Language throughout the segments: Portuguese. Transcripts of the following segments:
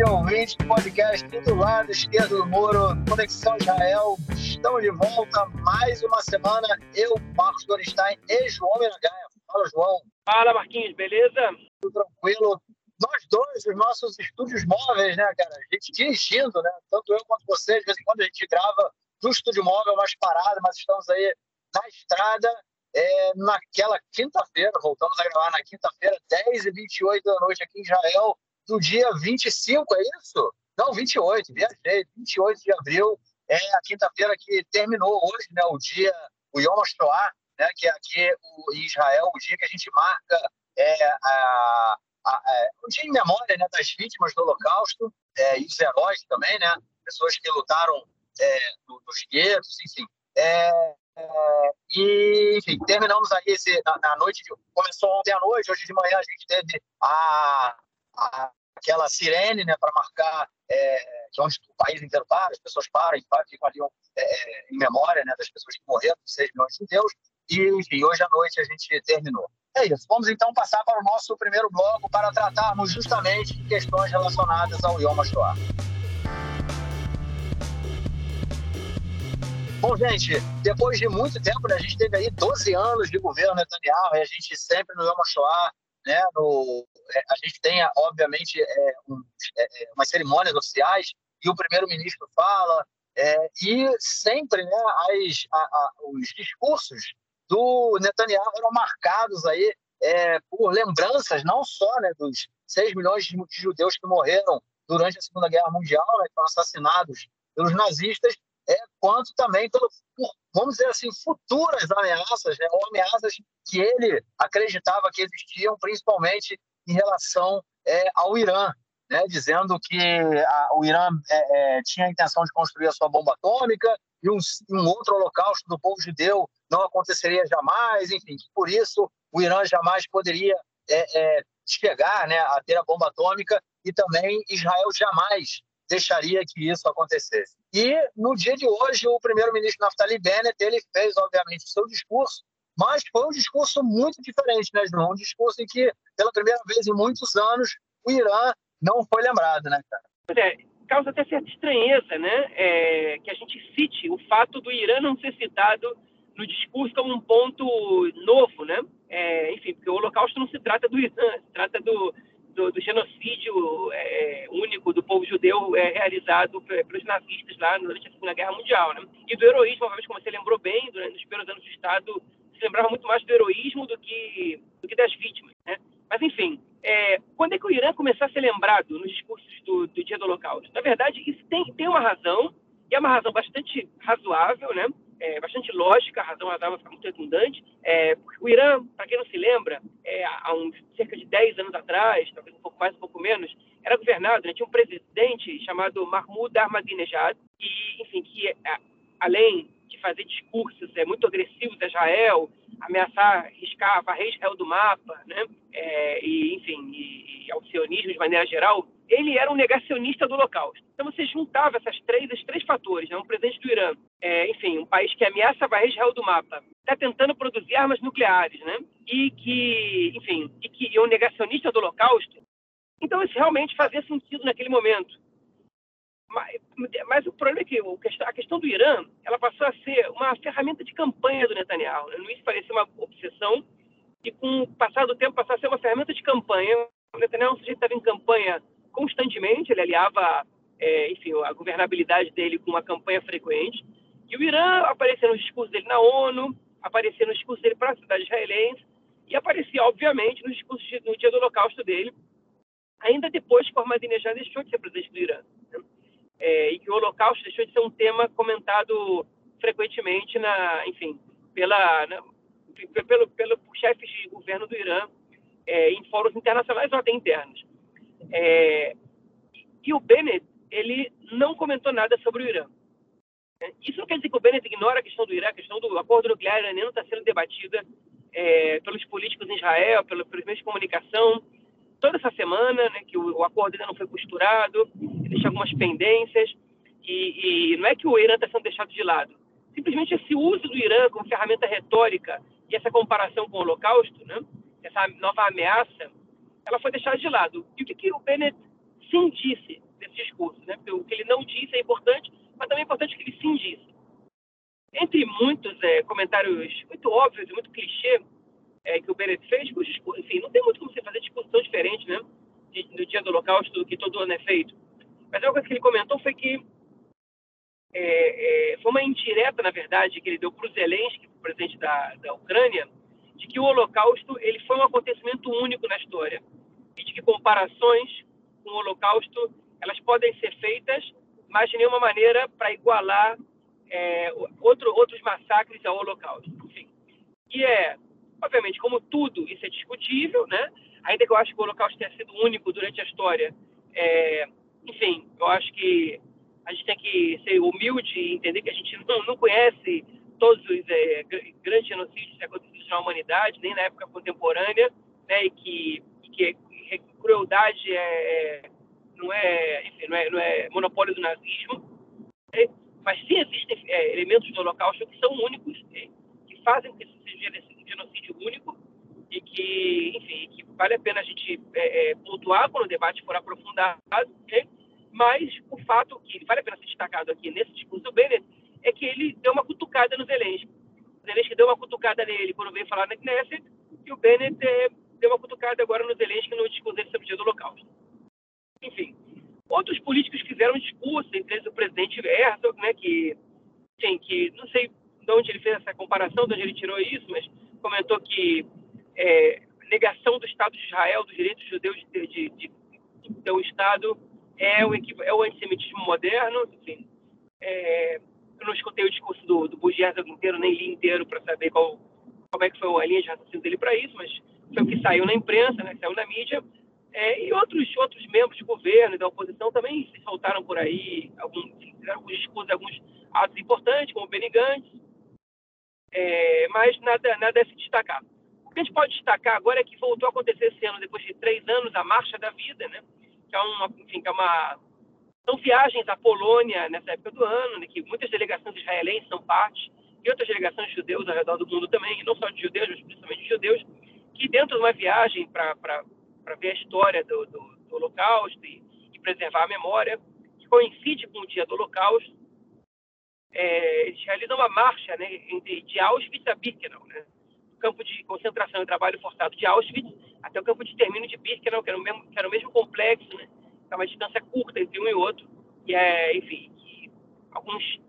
ouvinte do podcast do lado esquerdo do muro, Conexão Israel. Estamos de volta mais uma semana. Eu, Marcos Dorenstein e João Miragaia. Fala, João. Fala, Marquinhos, beleza? Tudo tranquilo. Nós dois, os nossos estúdios móveis, né, cara? A gente dirigindo, né? Tanto eu quanto você, de vez em quando a gente grava no estúdio móvel mais parado, mas estamos aí na estrada. Naquela quinta-feira, voltamos a gravar na quinta-feira, 10h28 da noite aqui em Israel, do dia 25, é isso? Não, 28, viajei, 28 de abril, é a quinta-feira que terminou hoje, né, o Yom HaShoah, né, que é aqui em Israel, o dia que a gente marca um dia em memória, né, das vítimas do Holocausto, e dos heróis também, né, pessoas que lutaram nos guetos, enfim. E, enfim, terminamos aí na noite, começou ontem à noite, hoje de manhã a gente teve aquela sirene, né, para marcar que onde o país inteiro para, as pessoas param e ficam ali em memória, né, das pessoas que morreram, 6 milhões de judeus, e, enfim, hoje à noite a gente terminou. É isso, vamos então passar para o nosso primeiro bloco para tratarmos justamente de questões relacionadas ao Yom HaShoah. Bom, gente, depois de muito tempo, né, a gente teve aí 12 anos de governo Netanyahu, e a gente sempre no Yom HaShoah, né, a gente tem, obviamente, umas cerimônias oficiais, e o primeiro-ministro fala, e sempre, né, os discursos do Netanyahu eram marcados aí por lembranças, não só, né, dos 6 milhões de judeus que morreram durante a Segunda Guerra Mundial, né, que foram assassinados pelos nazistas, quanto também por, vamos dizer assim, futuras ameaças, né, ou ameaças que ele acreditava que existiam, principalmente em relação ao Irã, né, dizendo que o Irã tinha a intenção de construir a sua bomba atômica e um outro holocausto do povo judeu não aconteceria jamais, enfim, que por isso o Irã jamais poderia chegar, né, a ter a bomba atômica, e também Israel jamais deixaria que isso acontecesse. E no dia de hoje, o primeiro-ministro Naftali Bennett, ele fez, obviamente, o seu discurso, mas foi um discurso muito diferente, né, João? Um discurso em que, pela primeira vez em muitos anos, o Irã não foi lembrado, né, cara? Pois causa até certa estranheza, né, que a gente cite o fato do Irã não ser citado no discurso como um ponto novo, né? Enfim, porque o Holocausto não se trata do Irã, se trata do genocídio único do povo judeu realizado pelos nazistas lá durante a Segunda Guerra Mundial, né? E do heroísmo, obviamente, como você lembrou bem, durante os primeiros anos do Estado, se lembrava muito mais do heroísmo do que das vítimas, né? Mas, enfim, quando é que o Irã começou a ser lembrado nos discursos do dia do Holocausto? Na verdade, isso tem uma razão, e é uma razão bastante razoável, né? Bastante lógica, a razão razoável fica muito redundante. Porque o Irã, para quem não se lembra, há cerca de 10 anos atrás, talvez um pouco mais, um pouco menos, era governado, né? Tinha um presidente chamado Mahmoud Ahmadinejad, e, enfim, que além de fazer discursos muito agressivos a Israel, ameaçar varrer Israel do mapa, né? E ao sionismo de maneira geral, ele era um negacionista do Holocausto. Então você juntava esses três fatores, né? Um presidente do Irã, enfim, um país que ameaça varrer Israel do mapa, está tentando produzir armas nucleares, né? E que é um negacionista do Holocausto. Então isso realmente fazia sentido naquele momento. Mas o problema é que a questão do Irã, ela passou a ser uma ferramenta de campanha do Netanyahu. No início parecia uma obsessão, e com o passar do tempo passou a ser uma ferramenta de campanha. O Netanyahu estava em campanha constantemente, ele aliava a governabilidade dele com uma campanha frequente, e o Irã aparecia nos discursos dele na ONU, aparecia nos discursos dele para a sociedade israelense, e aparecia, obviamente, nos discursos no dia do Holocausto dele, ainda depois que o Ahmadinejad deixou de ser presidente do Irã, né? E que o Holocausto deixou de ser um tema comentado frequentemente por chefes de governo do Irã, em fóruns internacionais ou até internos. E o Bennett, ele não comentou nada sobre o Irã. Isso não quer dizer que o Bennett ignora a questão do Irã, a questão do acordo nuclear iraniano está sendo debatida pelos políticos em Israel, pelos meios de comunicação, toda essa semana, né, que o acordo ainda não foi costurado, deixa algumas pendências, e não é que o Irã está sendo deixado de lado. Simplesmente esse uso do Irã como ferramenta retórica e essa comparação com o Holocausto, né, essa nova ameaça, ela foi deixada de lado. E o que o Bennett sim disse desse discurso, né? Porque o que ele não disse é importante, mas também é importante que ele sim disse. Entre muitos comentários muito óbvios e muito clichê que o Bennett fez, enfim, não tem muito como você fazer discussão diferente, né? Do dia do Holocausto, que todo ano é feito. Mas uma coisa que ele comentou foi que foi uma indireta, na verdade, que ele deu para o Zelensky, o presidente da Ucrânia, de que o Holocausto ele foi um acontecimento único na história e de que comparações com o Holocausto elas podem ser feitas, mas de nenhuma maneira para igualar outros massacres ao Holocausto. Enfim. E obviamente, como tudo, isso é discutível, né? Ainda que eu acho que o Holocausto tenha sido único durante a história, enfim, eu acho que a gente tem que ser humilde e entender que a gente não conhece todos os grandes genocídios que aconteceram na humanidade, nem na época contemporânea, né? E que crueldade não é monopólio do nazismo, né? Mas sim existem elementos do Holocausto que são únicos, né? Que fazem com que isso seja um genocídio único e que, enfim, que vale a pena a gente pontuar quando o debate for aprofundado, né? Mas o fato que vale a pena ser destacado aqui nesse discurso do Bennett é que ele deu uma cutucada no Zelensky. O Zelensky deu uma cutucada nele quando veio falar na Knesset, e o Bennett deu uma cutucada agora no Zelensky no discurso dele sobre o dia do Holocausto. Enfim, outros políticos fizeram um discurso, entre eles o presidente Herzog, né, que não sei de onde ele fez essa comparação, de onde ele tirou isso, mas comentou que negação do Estado de Israel, dos direitos judeus de ter um Estado, é o antissemitismo moderno. Enfim, eu não escutei o discurso do Bush Herzog inteiro, nem li inteiro para saber como é que foi a linha de raciocínio dele para isso, mas foi o que saiu na imprensa, né, que saiu na mídia. E outros membros de governo e da oposição também se soltaram por aí, fizeram alguns discursos, alguns atos importantes, como o Benny Gantz, mas nada a se destacar. O que a gente pode destacar agora é que voltou a acontecer esse ano, depois de 3 anos, a Marcha da Vida, né? São viagens à Polônia nessa época do ano, né, que muitas delegações israelenses são parte, e outras delegações de judeus ao redor do mundo também, e não só de judeus, mas principalmente de judeus, que dentro de uma viagem para ver a história do Holocausto e preservar a memória, que coincide com o dia do Holocausto, eles realizam uma marcha, né, de Auschwitz a Birkenau, né, do campo de concentração e trabalho forçado de Auschwitz até o campo de extermínio de Birkenau, que era o mesmo complexo, né, que é uma distância curta entre um e outro, e enfim, alguns,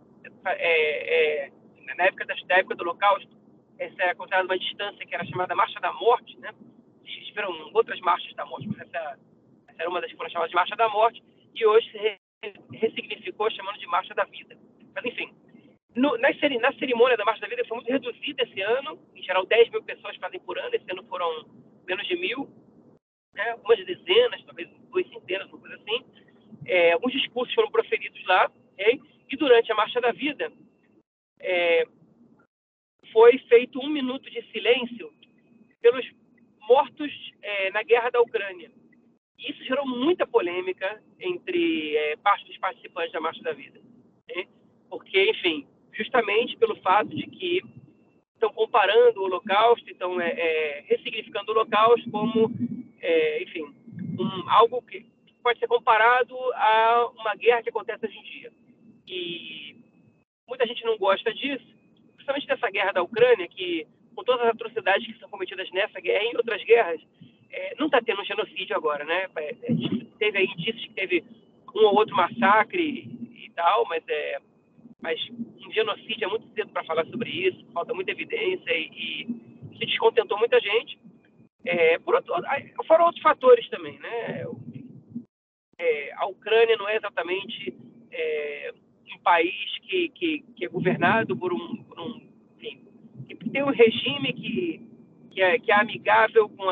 na época do Holocausto, essa era considerada uma distância que era chamada Marcha da Morte, né, tiveram outras marchas da morte, mas essa era uma das que foram chamadas de Marcha da Morte, e hoje se ressignificou chamando de Marcha da Vida. Mas, enfim, na cerimônia da Marcha da Vida foi muito reduzida esse ano, em geral 10 mil pessoas fazem por ano, esse ano foram menos de 1.000, né, algumas dezenas, talvez 2 centenas, uma coisa assim. Alguns discursos foram proferidos lá, okay? E durante a Marcha da Vida foi feito 1 minuto de silêncio pelos mortos na guerra da Ucrânia. E isso gerou muita polêmica entre parte dos participantes da Marcha da Vida, né? Porque, enfim, justamente pelo fato de que estão comparando o Holocausto, estão ressignificando o Holocausto como, enfim, algo que pode ser comparado a uma guerra que acontece hoje em dia. E muita gente não gosta disso, principalmente dessa guerra da Ucrânia, que, com todas as atrocidades que são cometidas nessa guerra e em outras guerras, não está tendo um genocídio agora, né? Teve aí indícios que teve um ou outro massacre e tal, mas um genocídio é muito cedo para falar sobre isso, falta muita evidência e se descontentou muita gente. Foram outros fatores também, né? A Ucrânia não é exatamente um país que é governado por enfim, que tem um regime que é amigável com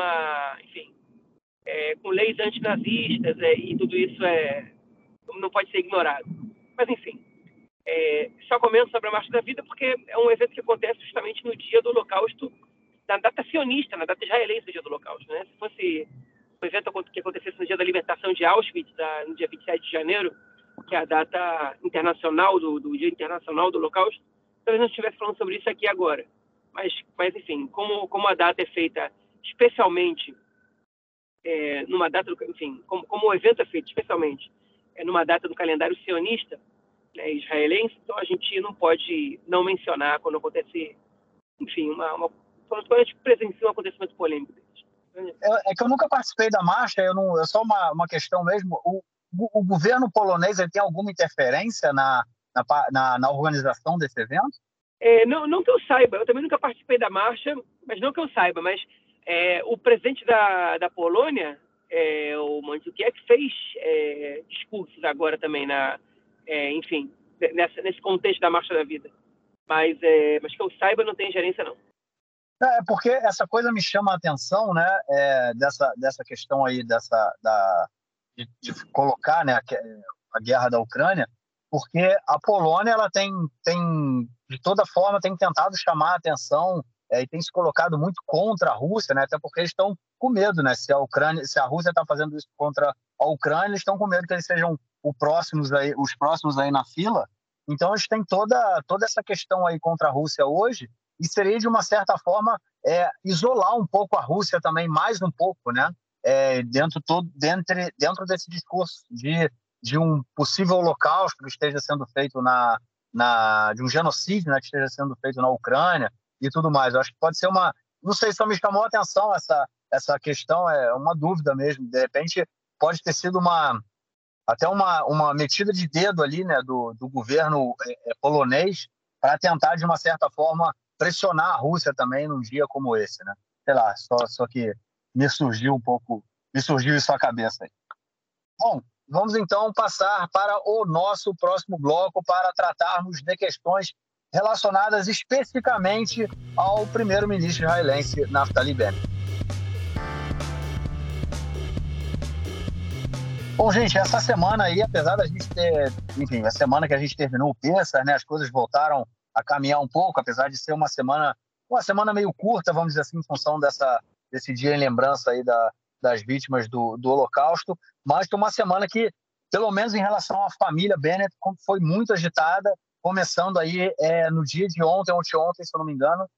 com leis antinazistas, e tudo isso não pode ser ignorado. Mas, enfim, só comento sobre a Marcha da Vida porque é um evento que acontece justamente no dia do Holocausto, na data sionista, na data israelense do dia do Holocausto, né? Se fosse um evento que acontecesse no dia da libertação de Auschwitz, no dia 27 de janeiro, que é a data internacional do Dia Internacional do Holocausto, talvez não estivesse falando sobre isso aqui agora. Mas enfim, como a data é feita especialmente numa data, enfim, como o evento é feito especialmente numa data do calendário sionista, né, israelense, então a gente não pode não mencionar quando acontece, enfim, quando a gente presencia um acontecimento polêmico deles. É que eu nunca participei da marcha, é só uma questão mesmo. O governo polonês ele tem alguma interferência na organização desse evento? Não que eu saiba, eu também nunca participei da marcha, mas não que eu saiba, mas o presidente da Polônia, o Morawiecki, fez discursos agora também, enfim, nesse contexto da Marcha da Vida. Mas que eu saiba, não tem ingerência, não. É porque essa coisa me chama a atenção, né? Dessa questão aí de colocar, né, a guerra da Ucrânia, porque a Polônia ela tem de toda forma tem tentado chamar a atenção e tem se colocado muito contra a Rússia, né? Até porque eles estão com medo, né? Se a Rússia está fazendo isso contra a Ucrânia, eles estão com medo que eles sejam os próximos aí na fila. Então eles têm toda essa questão aí contra a Rússia hoje, e seria de uma certa forma isolar um pouco a Rússia também, mais um pouco, né? Dentro desse discurso de um possível holocausto que esteja sendo feito de um genocídio, né, que esteja sendo feito na Ucrânia e tudo mais. Eu acho que pode ser não sei, só me chamou a atenção essa questão, é uma dúvida mesmo. De repente pode ter sido até uma metida de dedo ali, né, do governo polonês para tentar, de uma certa forma, pressionar a Rússia também num dia como esse, né? Sei lá, só que me surgiu isso à cabeça aí. Bom, vamos então passar para o nosso próximo bloco para tratarmos de questões relacionadas especificamente ao primeiro-ministro israelense Naftali Bennett. Bom, gente, essa semana aí, apesar da gente ter, enfim, a semana que a gente terminou o Pêssar, né, as coisas voltaram a caminhar um pouco, apesar de ser uma semana meio curta, vamos dizer assim, em função desse dia em lembrança aí das vítimas do Holocausto, mas foi uma semana que, pelo menos em relação à família Bennett, foi muito agitada, começando aí no dia de ontem, se eu não me engano,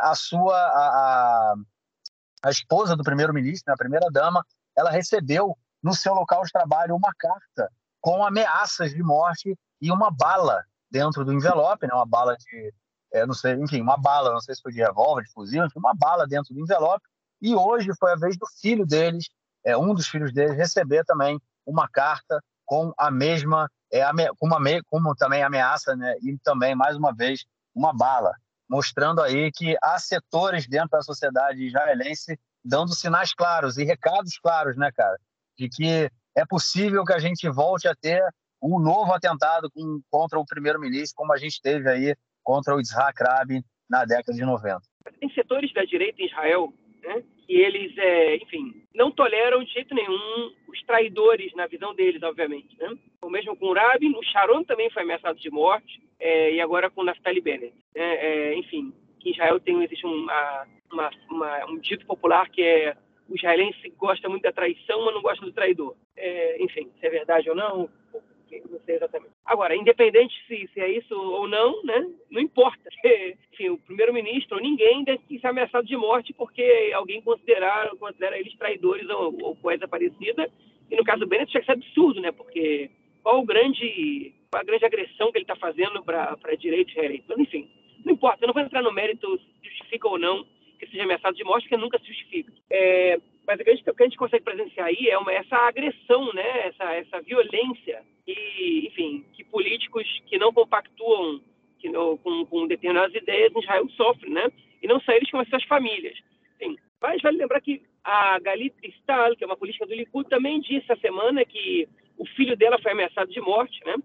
a esposa do primeiro-ministro, né, a primeira-dama, ela recebeu no seu local de trabalho uma carta com ameaças de morte e uma bala dentro do envelope, né, uma bala não sei, enfim, uma bala, não sei se foi de revólver, de fuzil, enfim, uma bala dentro do envelope. E hoje foi a vez do filho deles, um dos filhos deles, receber também uma carta com a mesma, como também ameaça, né, e também, mais uma vez, uma bala, mostrando aí que há setores dentro da sociedade israelense dando sinais claros e recados claros, né, cara, de que é possível que a gente volte a ter um novo atentado contra o primeiro-ministro, como a gente teve aí contra o Yitzhak Rabin na década de 90. Tem setores da direita em Israel, né, que eles, enfim, não toleram de jeito nenhum os traidores, na visão deles, obviamente, né? O mesmo com o Rabin, o Sharon também foi ameaçado de morte, e agora com o Naftali Bennett. Enfim, que em Israel existe um dito popular que é: o israelense gosta muito da traição, mas não gosta do traidor. Enfim, se é verdade ou não, não sei exatamente. Agora, independente se é isso ou não, né, não importa. Enfim, o primeiro-ministro ou ninguém deve ser ameaçado de morte porque alguém considera eles traidores ou coisa parecida. E no caso do Bennett, isso é absurdo, né? Porque qual a grande agressão que ele está fazendo para a direita israelense? Mas, enfim, não importa. Eu não vou entrar no mérito se justifica ou não que seja ameaçado de morte, porque nunca se justifica. Mas o que a gente consegue presenciar aí é essa agressão, né? Essa violência que políticos que não compactuam com determinadas ideias em Israel sofrem, né? E não só eles, como as suas famílias. Enfim, mas vale lembrar que a Galit Distal, que é uma política do Likud, também disse essa semana que o filho dela foi ameaçado de morte, né?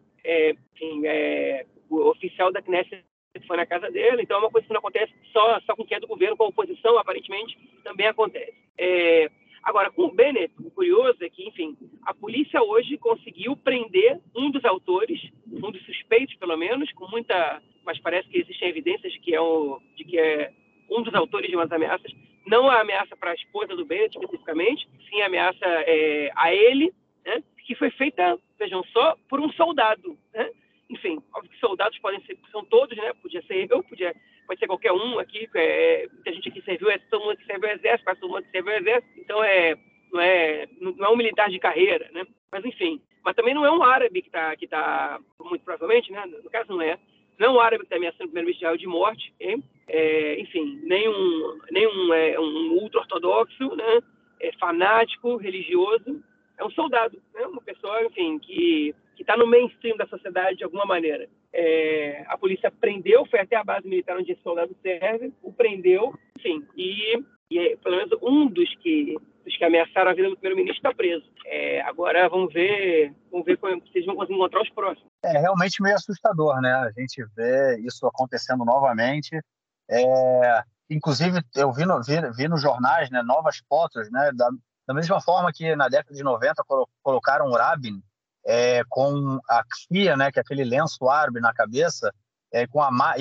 O oficial da Knesset foi na casa dele, então é uma coisa que não acontece só com quem é do governo, com a oposição, aparentemente, também acontece. Agora, com o Bennett, o curioso é que, enfim, a polícia hoje conseguiu prender um dos autores, um dos suspeitos, pelo menos, mas parece que existem evidências de que é um dos autores de umas ameaças, não a ameaça para a esposa do Bennett, especificamente, sim a ameaça a ele, né, que foi feita, vejam só, por um soldado, né? Enfim, óbvio que soldados são todos, né? Podia ser eu, pode ser qualquer um aqui, muita gente aqui serviu, todo mundo que serviu o exército, quase todo mundo que serviu o exército, então não é um militar de carreira, né? Mas enfim, Mas também não é um árabe que tá muito provavelmente, né? No caso não é um árabe que está ameaçando o primeiro-ministro de Israel de morte, enfim, nem um ultra-ortodoxo, né? Fanático, religioso, é um soldado, né? Uma pessoa, enfim, que está no mainstream da sociedade de alguma maneira. A polícia prendeu, foi até a base militar onde esse soldado serve, o prendeu, enfim, e pelo menos um dos que ameaçaram a vida do primeiro-ministro está preso. Agora vamos ver se eles vão conseguir encontrar os próximos. É realmente meio assustador, né? A gente vê isso acontecendo novamente. Inclusive, eu vi nos jornais, né, novas fotos, né, da mesma forma que na década de 90 colocaram o Rabin com a kfia, né, que é aquele lenço árabe na cabeça, com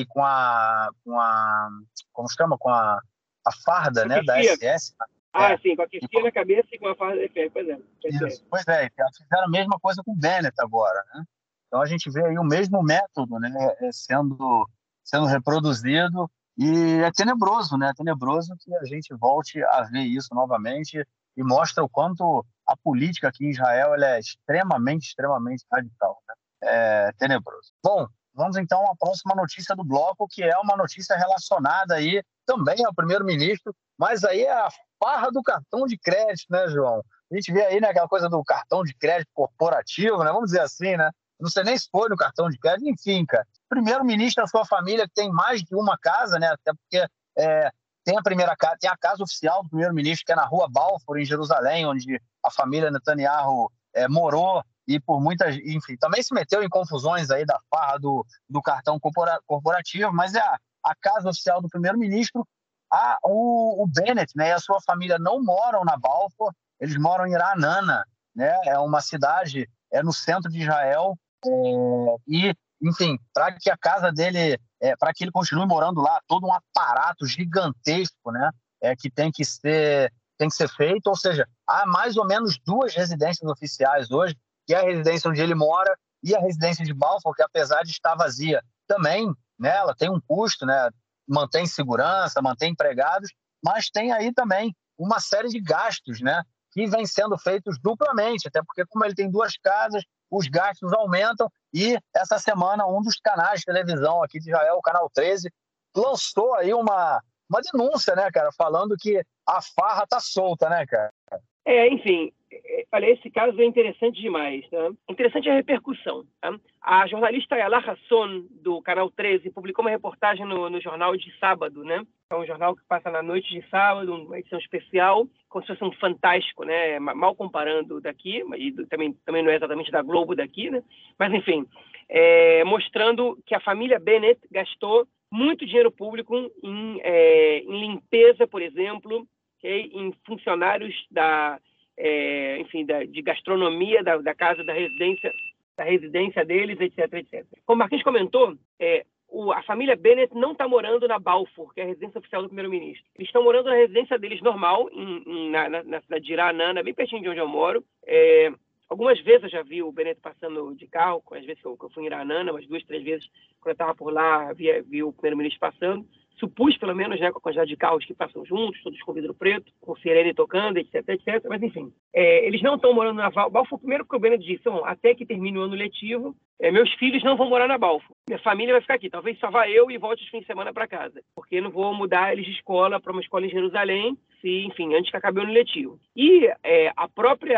como se chama, com a farda, né, da SS. Sim, com a kfia na cabeça e com a farda da SS, pois é. Isso, pois é, eles fizeram a mesma coisa com o Bennett agora, né? Então a gente vê aí o mesmo método, né, sendo reproduzido, e é tenebroso, né? É tenebroso que a gente volte a ver isso novamente e mostra o quanto a política aqui em Israel ela é extremamente radical, né? É tenebroso. Bom, vamos então à próxima notícia do bloco, que é uma notícia relacionada aí também ao primeiro-ministro, mas aí é a farra do cartão de crédito, né, João? A gente vê aí, né, aquela coisa do cartão de crédito corporativo, né? Vamos dizer assim, né? Não sei nem se foi no cartão de crédito, enfim, cara. Primeiro-ministro da sua família que tem mais de uma casa, né? Até porque tem a primeira casa, tem a casa oficial do primeiro-ministro, que é na Rua Balfour, em Jerusalém, onde a família Netanyahu morou e por muitas, enfim, também se meteu em confusões aí da farra do cartão corporativo, mas é a casa oficial do primeiro-ministro. O Bennett, né, e a sua família não moram na Balfour, eles moram em Ra'anana, né? É uma cidade no centro de Israel, e, enfim, para que a casa dele, para que ele continue morando lá, todo um aparato gigantesco, né? Que tem que ser feito, ou seja, há mais ou menos duas residências oficiais hoje, que é a residência onde ele mora e a residência de Balfour, que apesar de estar vazia também, né, ela tem um custo, né? Mantém segurança, mantém empregados, mas tem aí também uma série de gastos, né, que vêm sendo feitos duplamente, até porque como ele tem duas casas, os gastos aumentam, e essa semana um dos canais de televisão aqui de Israel, o Canal 13, lançou aí uma denúncia, né, cara, falando que a farra tá solta, né, cara? Enfim, olha, esse caso é interessante demais. Tá? Interessante a repercussão. Tá? A jornalista Ayala Hasson, do Canal 13, publicou uma reportagem no jornal de sábado, né? É um jornal que passa na noite de sábado, uma edição especial, como se fosse um fantástico, né? Mal comparando daqui, e também não é exatamente da Globo daqui, né? Mas, enfim, mostrando que a família Bennett gastou muito dinheiro público em limpeza, por exemplo, em funcionários de gastronomia da casa, da residência deles, etc. Como o Marquinhos comentou, a família Bennett não está morando na Balfour, que é a residência oficial do primeiro-ministro. Eles estão morando na residência deles normal, na cidade de Ra'anana, bem pertinho de onde eu moro. Algumas vezes eu já vi o Bennett passando de carro, às vezes que eu fui em Ra'anana, umas 2, 3 vezes, quando eu estava por lá, vi o primeiro-ministro passando. Supus, pelo menos, né, com a quantidade de carros que passam juntos, todos com vidro preto, com sirene tocando, etc. Mas, enfim, eles não estão morando na Balfour, primeiro porque o Bennett disse, até que termine o ano letivo, meus filhos não vão morar na Balfour. Minha família vai ficar aqui. Talvez só vá eu e volte os fins de semana para casa. Porque eu não vou mudar eles de escola para uma escola em Jerusalém, antes que acabe o ano letivo. E o próprio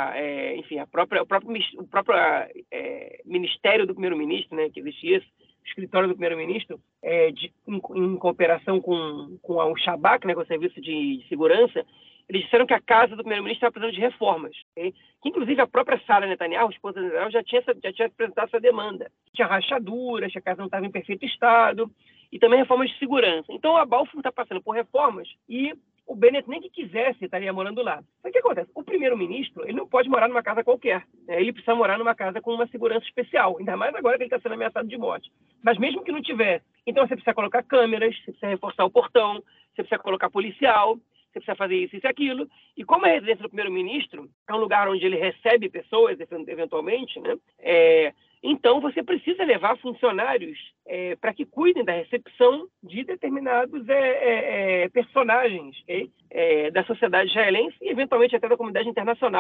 Ministério do Primeiro-Ministro, né, que existe isso, escritório do primeiro-ministro, em cooperação com o Shabak, né, com o Serviço de Segurança, eles disseram que a casa do primeiro-ministro estava precisando de reformas. Okay? Que, inclusive, a própria Sara Netanyahu, a esposa de Netanyahu, já tinha apresentado essa demanda. Tinha rachaduras, a casa não estava em perfeito estado, e também reformas de segurança. Então, a Balfour está passando por reformas e o Bennett, nem que quisesse, estaria morando lá. Mas o que acontece? O primeiro-ministro, ele não pode morar numa casa qualquer. Né? Ele precisa morar numa casa com uma segurança especial, ainda mais agora que ele está sendo ameaçado de morte. Mas mesmo que não tivesse, então você precisa colocar câmeras, você precisa reforçar o portão, você precisa colocar policial, você precisa fazer isso e aquilo. E como a residência do primeiro-ministro é um lugar onde ele recebe pessoas, eventualmente, né? Então você precisa levar funcionários para que cuidem da recepção de determinados personagens, okay? Da sociedade israelense e, eventualmente, até da comunidade internacional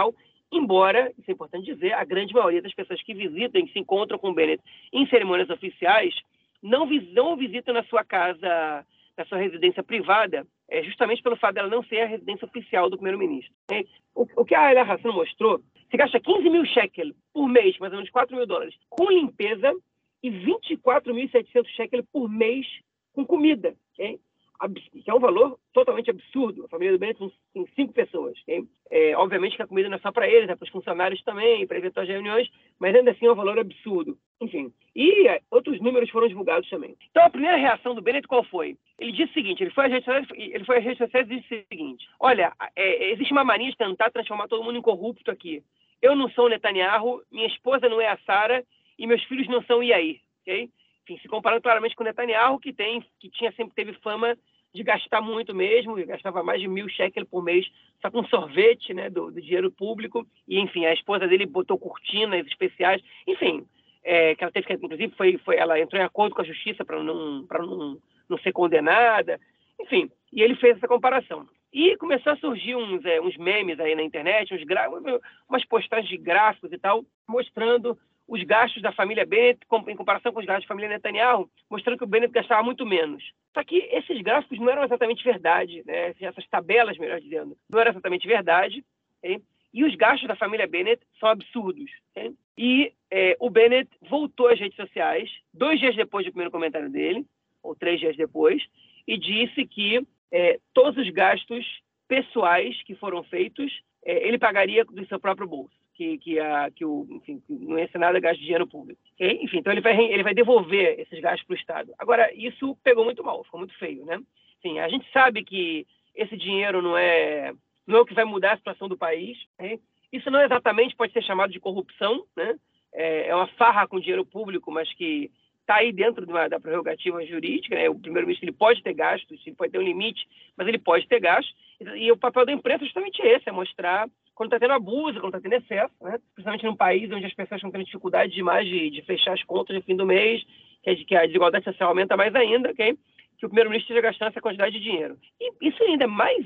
Embora, isso é importante dizer, a grande maioria das pessoas que visitam, que se encontram com o Bennett em cerimônias oficiais, não o visitam na sua casa, na sua residência privada, justamente pelo fato dela não ser a residência oficial do primeiro-ministro. O que a Ayla Hassan mostrou, você gasta 15 mil shekel por mês, mais ou menos 4 mil dólares, com limpeza e 24.700 shekel por mês com comida, okay? Que é um valor totalmente absurdo. A família do Bennett tem 5 pessoas. Okay? Obviamente que a comida não é só para eles, é para os funcionários também, para eventuais reuniões, mas ainda assim é um valor absurdo. Enfim, e outros números foram divulgados também. Então, a primeira reação do Bennett qual foi? Ele disse o seguinte, ele foi às redes sociais e disse o seguinte, olha, existe uma mania de tentar transformar todo mundo em corrupto aqui. Eu não sou o Netanyahu, minha esposa não é a Sara e meus filhos não são o Yair. Okay? Enfim, se comparando claramente com o Netanyahu, que sempre teve fama de gastar muito mesmo, e gastava mais de 1.000 shekel por mês só com sorvete, né, do dinheiro público, e enfim, a esposa dele botou cortinas especiais, enfim, que ela teve que, inclusive, ela entrou em acordo com a justiça para não ser condenada, enfim, e ele fez essa comparação. E começou a surgir uns memes aí na internet, umas postagens de gráficos e tal, mostrando os gastos da família Bennett em comparação com os gastos da família Netanyahu, mostrando que o Bennett gastava muito menos. Só que esses gráficos não eram exatamente verdade, né? Essas tabelas, melhor dizendo, não eram exatamente verdade, okay? E os gastos da família Bennett são absurdos. Okay? E o Bennett voltou às redes sociais 2 dias depois do primeiro comentário dele, ou 3 dias depois, e disse que todos os gastos pessoais que foram feitos, ele pagaria do seu próprio bolso. Que não ia ser nada gasto de dinheiro público. Okay? Enfim, então ele vai devolver esses gastos para o Estado. Agora, isso pegou muito mal, ficou muito feio, né? Enfim, a gente sabe que esse dinheiro não é o que vai mudar a situação do país. Okay? Isso não exatamente pode ser chamado de corrupção, né? É uma farra com dinheiro público, mas que está aí dentro da prerrogativa jurídica, né? O primeiro-ministro ele pode ter gastos, ele pode ter um limite, mas ele pode ter gastos. E o papel da imprensa é justamente esse, é mostrar quando está tendo abuso, quando está tendo excesso, né? Principalmente num país onde as pessoas estão tendo dificuldade demais de fechar as contas no fim do mês, que a desigualdade social aumenta mais ainda, okay? Que o primeiro-ministro esteja gastando essa quantidade de dinheiro. E isso ainda mais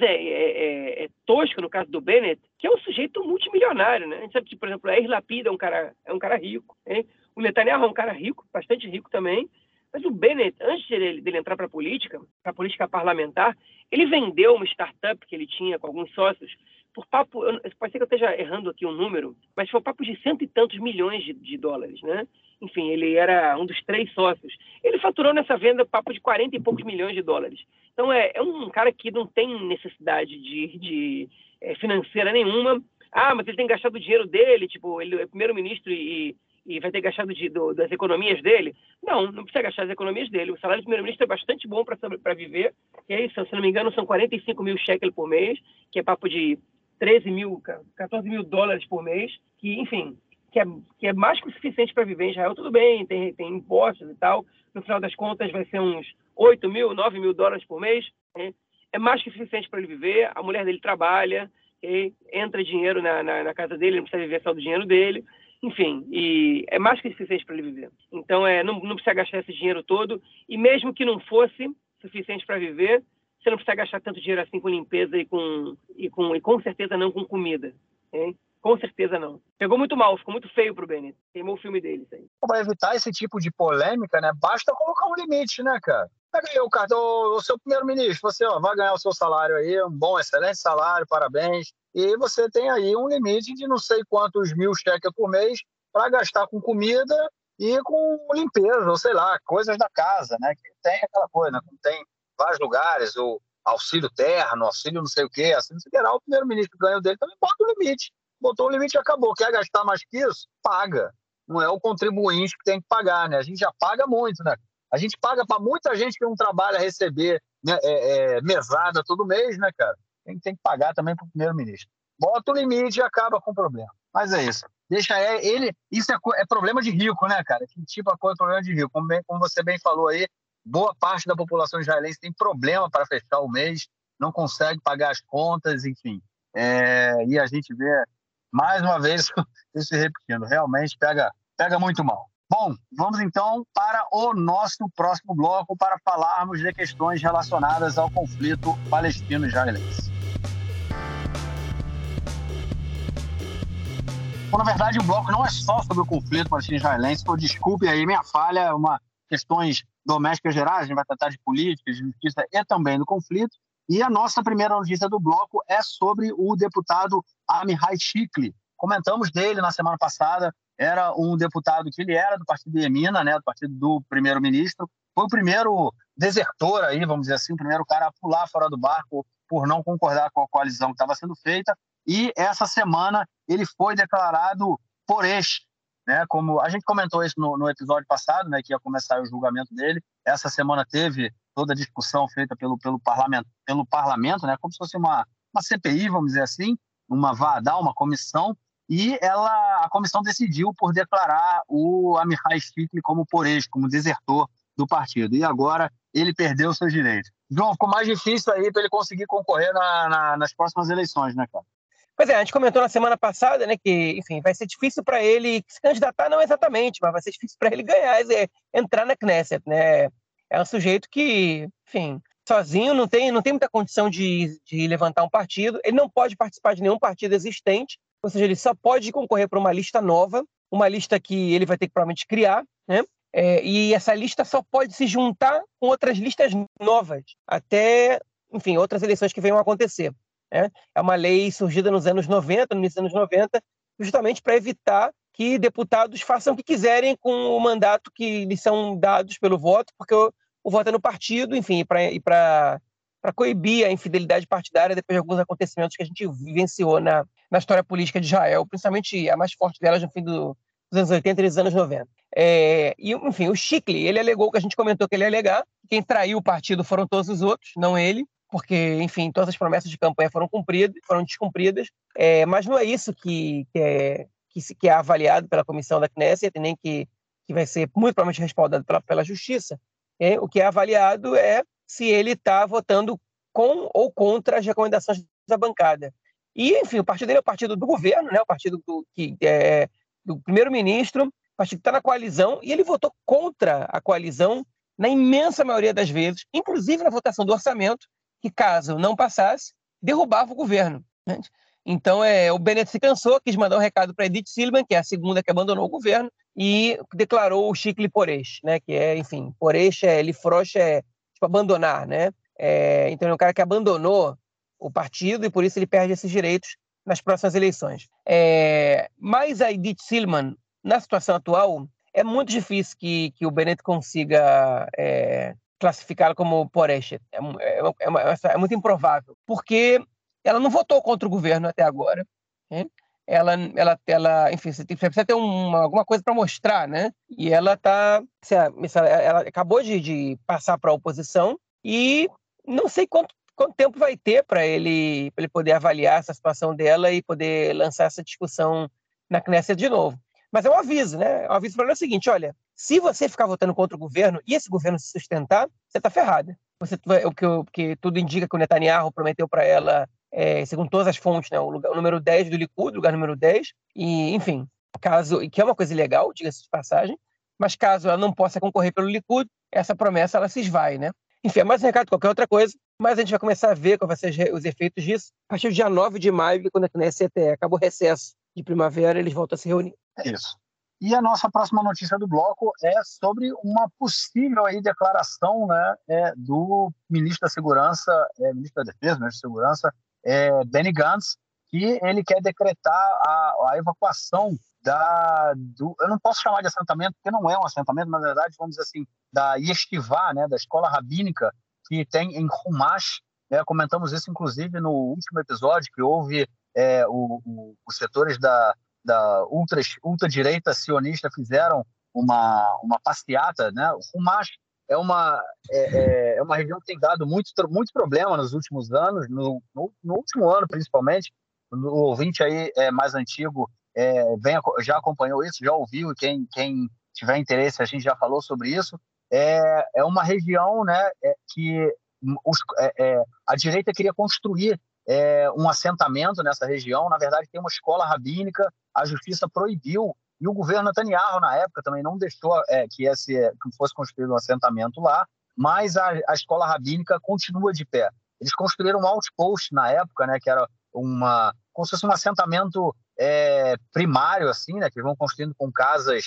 tosco no caso do Bennett, que é um sujeito multimilionário, né? A gente sabe que, por exemplo, Yair Lapid é um cara rico, hein? O Netanyahu é um cara rico, bastante rico também, mas o Bennett, antes dele entrar para a política parlamentar, ele vendeu uma startup que ele tinha com alguns sócios por papo, pode ser que eu esteja errando aqui um número, mas foi um papo de 100 e tantos milhões de dólares, né? Enfim, ele era um dos 3 sócios. Ele faturou nessa venda papo de 40 e poucos milhões de dólares. Então, é um cara que não tem necessidade de financeira nenhuma. Ah, mas ele tem gastado o dinheiro dele, tipo, ele é primeiro-ministro e vai ter gastado das economias dele. Não precisa gastar as economias dele. O salário do primeiro-ministro é bastante bom para viver. E aí, se não me engano, são 45 mil shekel por mês, que é papo de 14 mil dólares por mês, que, enfim, que é mais que o suficiente para viver em Israel. Tudo bem, tem impostos e tal. No final das contas, vai ser uns 8 mil, 9 mil dólares por mês. Né? É mais que o suficiente para ele viver. A mulher dele trabalha, entra dinheiro na casa dele, não precisa viver só do dinheiro dele. Enfim, e é mais que o suficiente para ele viver. Então, não precisa gastar esse dinheiro todo. E mesmo que não fosse suficiente para viver, você não precisa gastar tanto dinheiro assim com limpeza e com certeza não com comida. Hein? Com certeza não. Pegou muito mal, ficou muito feio pro Bennett. Queimou o filme dele, isso aí. Para evitar esse tipo de polêmica, né? Basta colocar um limite, né, cara? Pega aí o cartão, o seu primeiro-ministro, você vai ganhar o seu salário aí, um bom, excelente salário, parabéns. E você tem aí um limite de não sei quantos mil cheques por mês para gastar com comida e com limpeza, ou sei lá, coisas da casa, né? Que tem aquela coisa, né? Tem vários lugares, o auxílio terno, auxílio não sei o quê, assim, o primeiro-ministro ganha o dele, também bota o limite. Botou o limite e acabou. Quer gastar mais que isso? Paga. Não é o contribuinte que tem que pagar, né? A gente já paga muito, né? A gente paga para muita gente que não trabalha receber, né, mesada todo mês, né, cara? Tem que pagar também para o primeiro-ministro. Bota o limite e acaba com o problema. Mas é isso. Deixa ele. Isso é problema de rico, né, cara? Que tipo de coisa é problema de rico? Como você bem falou aí, boa parte da população israelense tem problema para fechar o mês, não consegue pagar as contas, enfim. E a gente vê, mais uma vez, isso se repetindo. Realmente pega muito mal. Bom, vamos então para o nosso próximo bloco para falarmos de questões relacionadas ao conflito palestino-israelense. Bom, na verdade, o bloco não é só sobre o conflito palestino-israelense. Desculpe aí, minha falha, questões domésticas gerais, a gente vai tratar de política, de justiça e também do conflito. E a nossa primeira notícia do bloco é sobre o deputado Amihai Shikli. Comentamos dele na semana passada, era um deputado que ele era do partido Yemina, né, do partido do primeiro-ministro, foi o primeiro desertor aí, vamos dizer assim, o primeiro cara a pular fora do barco por não concordar com a coalizão que estava sendo feita, e essa semana ele foi declarado poresh, né, como a gente comentou isso no episódio passado, né, que ia começar o julgamento dele. Essa semana teve toda a discussão feita pelo parlamento, né, como se fosse uma CPI, vamos dizer assim, uma VADA, uma comissão, e a comissão decidiu por declarar o Amihai Shikli como poresh, como desertor do partido. E agora ele perdeu seus direitos. João, ficou mais difícil aí para ele conseguir concorrer nas próximas eleições, né, cara? Pois é, a gente comentou na semana passada, né, que, enfim, vai ser difícil para ele se candidatar, não exatamente, mas vai ser difícil para ele ganhar, entrar na Knesset, né? É um sujeito que, enfim, sozinho não tem muita condição de levantar um partido, ele não pode participar de nenhum partido existente, ou seja, ele só pode concorrer para uma lista nova, uma lista que ele vai ter que provavelmente criar, né? E essa lista só pode se juntar com outras listas novas, até, enfim, outras eleições que venham a acontecer. É uma lei surgida nos anos 90, no início dos anos 90, justamente para evitar que deputados façam o que quiserem com o mandato que lhes são dados pelo voto, porque o voto é no partido, enfim, e para coibir a infidelidade partidária depois de alguns acontecimentos que a gente vivenciou na história política de Israel, principalmente a mais forte delas no fim dos anos 80 e dos anos 90. E, enfim, o Shikli, ele alegou, que a gente comentou que ele ia alegar, quem traiu o partido foram todos os outros, não ele, porque, enfim, todas as promessas de campanha foram descumpridas, mas não é isso que é avaliado pela comissão da Knesset, nem que vai ser muito provavelmente respaldado pela Justiça. O que é avaliado é se ele está votando com ou contra as recomendações da bancada. E, enfim, o partido dele é o partido do governo, né? O partido do primeiro-ministro, o partido que está na coalizão, e ele votou contra a coalizão na imensa maioria das vezes, inclusive na votação do orçamento, que, caso não passasse, derrubava o governo. Né? Então, o Bennett se cansou, quis mandar um recado para Edith Silberman, que é a segunda que abandonou o governo, e declarou o Shikli poresh, né? Que é, enfim, poresh lifrosh tipo abandonar, né? Então, é um cara que abandonou o partido e, por isso, ele perde esses direitos nas próximas eleições. Mas a Edith Silberman, na situação atual, é muito difícil que o Bennett consiga classificá-la como poresh. É muito improvável, porque ela não votou contra o governo até agora. Né? Ela, enfim, você precisa ter alguma coisa para mostrar, né? E ela ela acabou de passar para a oposição e não sei quanto tempo vai ter para ele poder avaliar essa situação dela e poder lançar essa discussão na Knesset de novo. Mas é um aviso, né? O aviso para ela é o seguinte: olha, se você ficar votando contra o governo e esse governo se sustentar, você está ferrada. Porque tudo indica que o Netanyahu prometeu para ela, segundo todas as fontes, né, o número 10 do Likud, lugar número 10, e, enfim, que é uma coisa ilegal, diga-se de passagem, mas caso ela não possa concorrer pelo Likud, essa promessa ela se esvai, né? Enfim, é mais um recado que qualquer outra coisa, mas a gente vai começar a ver qual vai ser os efeitos disso a partir do dia 9 de maio, que quando a Knesset acabou o recesso de primavera, eles voltam a se reunir. É isso. E a nossa próxima notícia do bloco é sobre uma possível aí declaração, né, do ministro da Segurança, ministro da Defesa, ministro da Segurança, Benny Gantz, que ele quer decretar a evacuação eu não posso chamar de assentamento, porque não é um assentamento, na verdade, vamos dizer assim, da Yeshiva, né, da escola rabínica que tem em Humash. Comentamos isso, inclusive, no último episódio, que houve os setores da ultradireita sionista fizeram uma passeata, né? O Humash é uma região que tem dado muito problema nos últimos anos, no último ano principalmente. O ouvinte aí mais antigo já acompanhou isso, já ouviu, e quem tiver interesse, a gente já falou sobre isso. É uma região, né, que a direita queria construir um assentamento nessa região. Na verdade, tem uma escola rabínica, a justiça proibiu, e o governo Netanyahu, na época, também não deixou que fosse construído um assentamento lá, mas a escola rabínica continua de pé. Eles construíram um outpost na época, né, que era como se fosse um assentamento primário, assim, né, que vão construindo com casas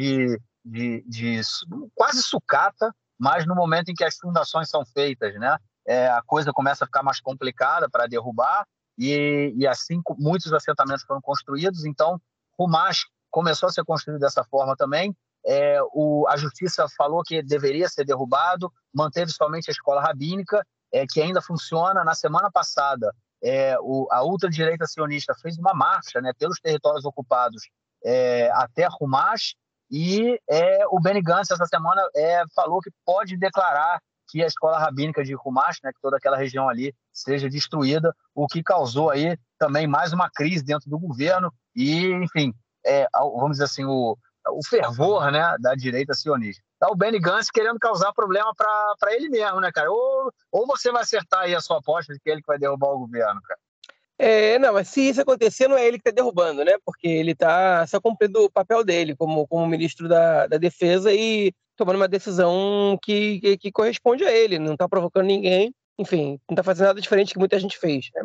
de quase sucata, mas no momento em que as fundações são feitas, né, a coisa começa a ficar mais complicada para derrubar, e assim muitos assentamentos foram construídos. Então Rumash começou a ser construído dessa forma também. A justiça falou que deveria ser derrubado, manteve somente a escola rabínica, que ainda funciona. Na semana passada, a ultradireita sionista fez uma marcha, né, pelos territórios ocupados até Rumash, e o Benny Gantz, essa semana, falou que pode declarar que a escola rabínica de Rumash, né, que toda aquela região ali seja destruída, o que causou aí também mais uma crise dentro do governo e, enfim, vamos dizer assim, o fervor, né, da direita sionista. Tá o Benny Gantz querendo causar problema para ele mesmo, né, cara? Ou você vai acertar aí a sua aposta de que ele que vai derrubar o governo, cara? Não, mas se isso acontecer, não é ele que está derrubando, né? Porque ele está só cumprindo o papel dele como ministro da Defesa e tomando uma decisão que corresponde a ele, não está provocando ninguém, enfim, não está fazendo nada diferente que muita gente fez, né?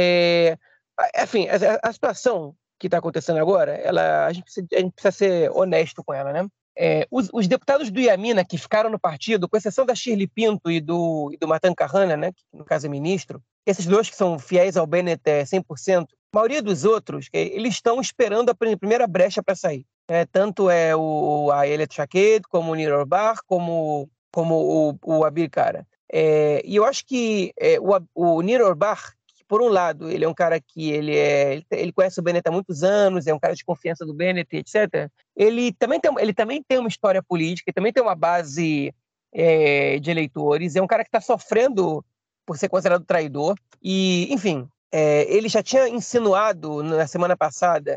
Enfim, a situação que está acontecendo agora, a gente precisa ser honesto com ela, né? Os deputados do Iamina que ficaram no partido, com exceção da Shirley Pinto e do Matan Kahana, né, que no caso é ministro, esses dois que são fiéis ao Bennett 100%, a maioria dos outros, eles estão esperando a primeira brecha para sair. Tanto a Ayelet Shaked, como o Nir Orbar, como o Abir Kara. E eu acho que o Nir Orbar, por um lado, ele é um cara que ele conhece o Bennett há muitos anos, é um cara de confiança do Bennett, etc. Ele também tem uma história política, ele também tem uma base de eleitores, é um cara que está sofrendo por ser considerado traidor. E, enfim, ele já tinha insinuado na semana passada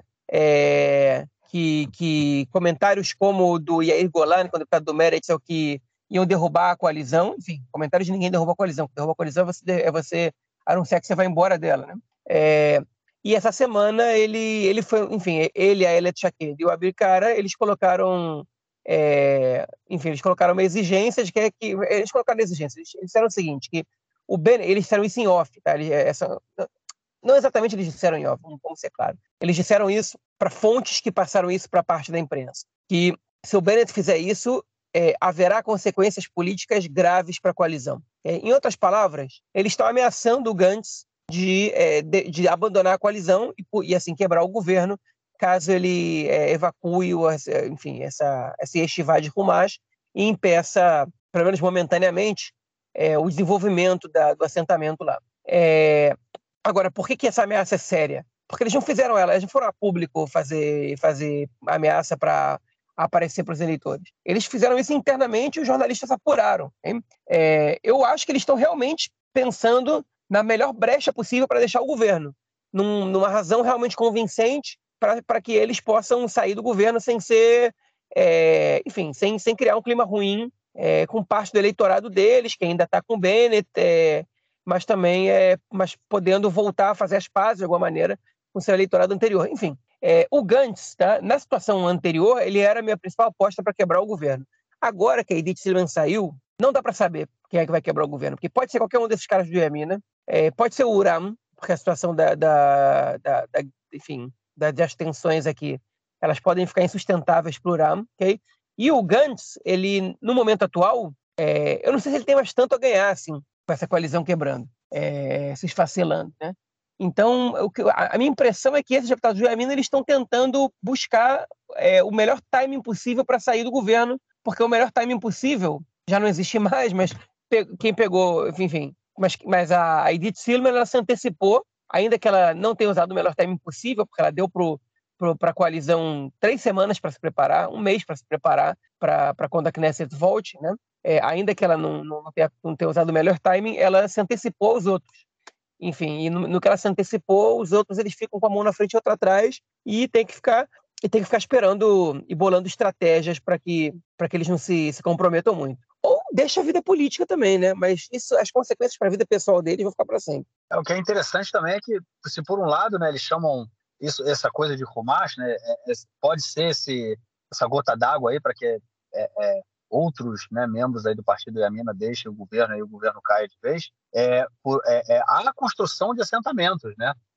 que comentários como o do Yair Golan, quando o deputado do Meretz, é o que iam derrubar a coalizão. Enfim, comentários de ninguém derruba a coalizão. Derrubar a coalizão é você anunciar que você vai embora dela, né? E essa semana ele foi, enfim, ele, a Ayelet Shaked e o Abir Kara, eles colocaram uma exigência eles colocaram exigência. Eles disseram o seguinte, que eles disseram isso em off, tá? Não exatamente eles disseram em off, vamos ser claro. Eles disseram isso para fontes que passaram isso para parte da imprensa, que se o Bennett fizer isso, haverá consequências políticas graves para a coalizão. Em outras palavras, eles estão ameaçando o Gantz de abandonar a coalizão e assim quebrar o governo, caso ele evacue essa yeshiva de Rumash e impeça, pelo menos momentaneamente, o desenvolvimento do assentamento lá. Agora, por que essa ameaça é séria? Porque eles não fizeram eles não foram a público fazer ameaça para aparecer para os eleitores. Eles fizeram isso internamente e os jornalistas apuraram. Eu acho que eles estão realmente pensando na melhor brecha possível para deixar o governo, numa razão realmente convincente para que eles possam sair do governo sem ser, sem criar um clima ruim com parte do eleitorado deles, que ainda está com o Bennett, mas também mas podendo voltar a fazer as pazes de alguma maneira com o seu eleitorado anterior. Enfim, o Gantz, tá? Na situação anterior, ele era a minha principal aposta para quebrar o governo. Agora que a Idit Silman saiu, não dá para saber quem é que vai quebrar o governo, porque pode ser qualquer um desses caras do Yamina, pode ser o Uram, porque a situação das tensões aqui, elas podem ficar insustentáveis para o Uram, ok? E o Gantz, ele, no momento atual, eu não sei se ele tem mais tanto a ganhar, assim, com essa coalizão quebrando, se esfacelando, né? Então, a minha impressão é que esses deputados do Yamina, eles estão tentando buscar o melhor timing possível para sair do governo, porque o melhor timing possível já não existe mais, mas quem pegou, enfim, mas a Idit Silman, ela se antecipou, ainda que ela não tenha usado o melhor timing possível, porque ela deu para a coalizão 3 semanas para se preparar, 1 mês para se preparar para quando a Knesset volte, né? Ainda que ela não tenha usado o melhor timing, ela se antecipou aos outros. Enfim, e no que ela se antecipou, os outros eles ficam com a mão na frente e outra atrás e tem que ficar esperando e bolando estratégias para que eles não se comprometam muito. Ou deixa a vida política também, né? Mas as consequências para a vida pessoal deles vão ficar para sempre. O que é interessante também é que, se por um lado, né, eles chamam essa coisa de Rumash, né, pode ser essa gota d'água aí para que outros, né, membros aí do partido Yamina deixem o governo e o governo caia de vez, há a construção de assentamentos, né?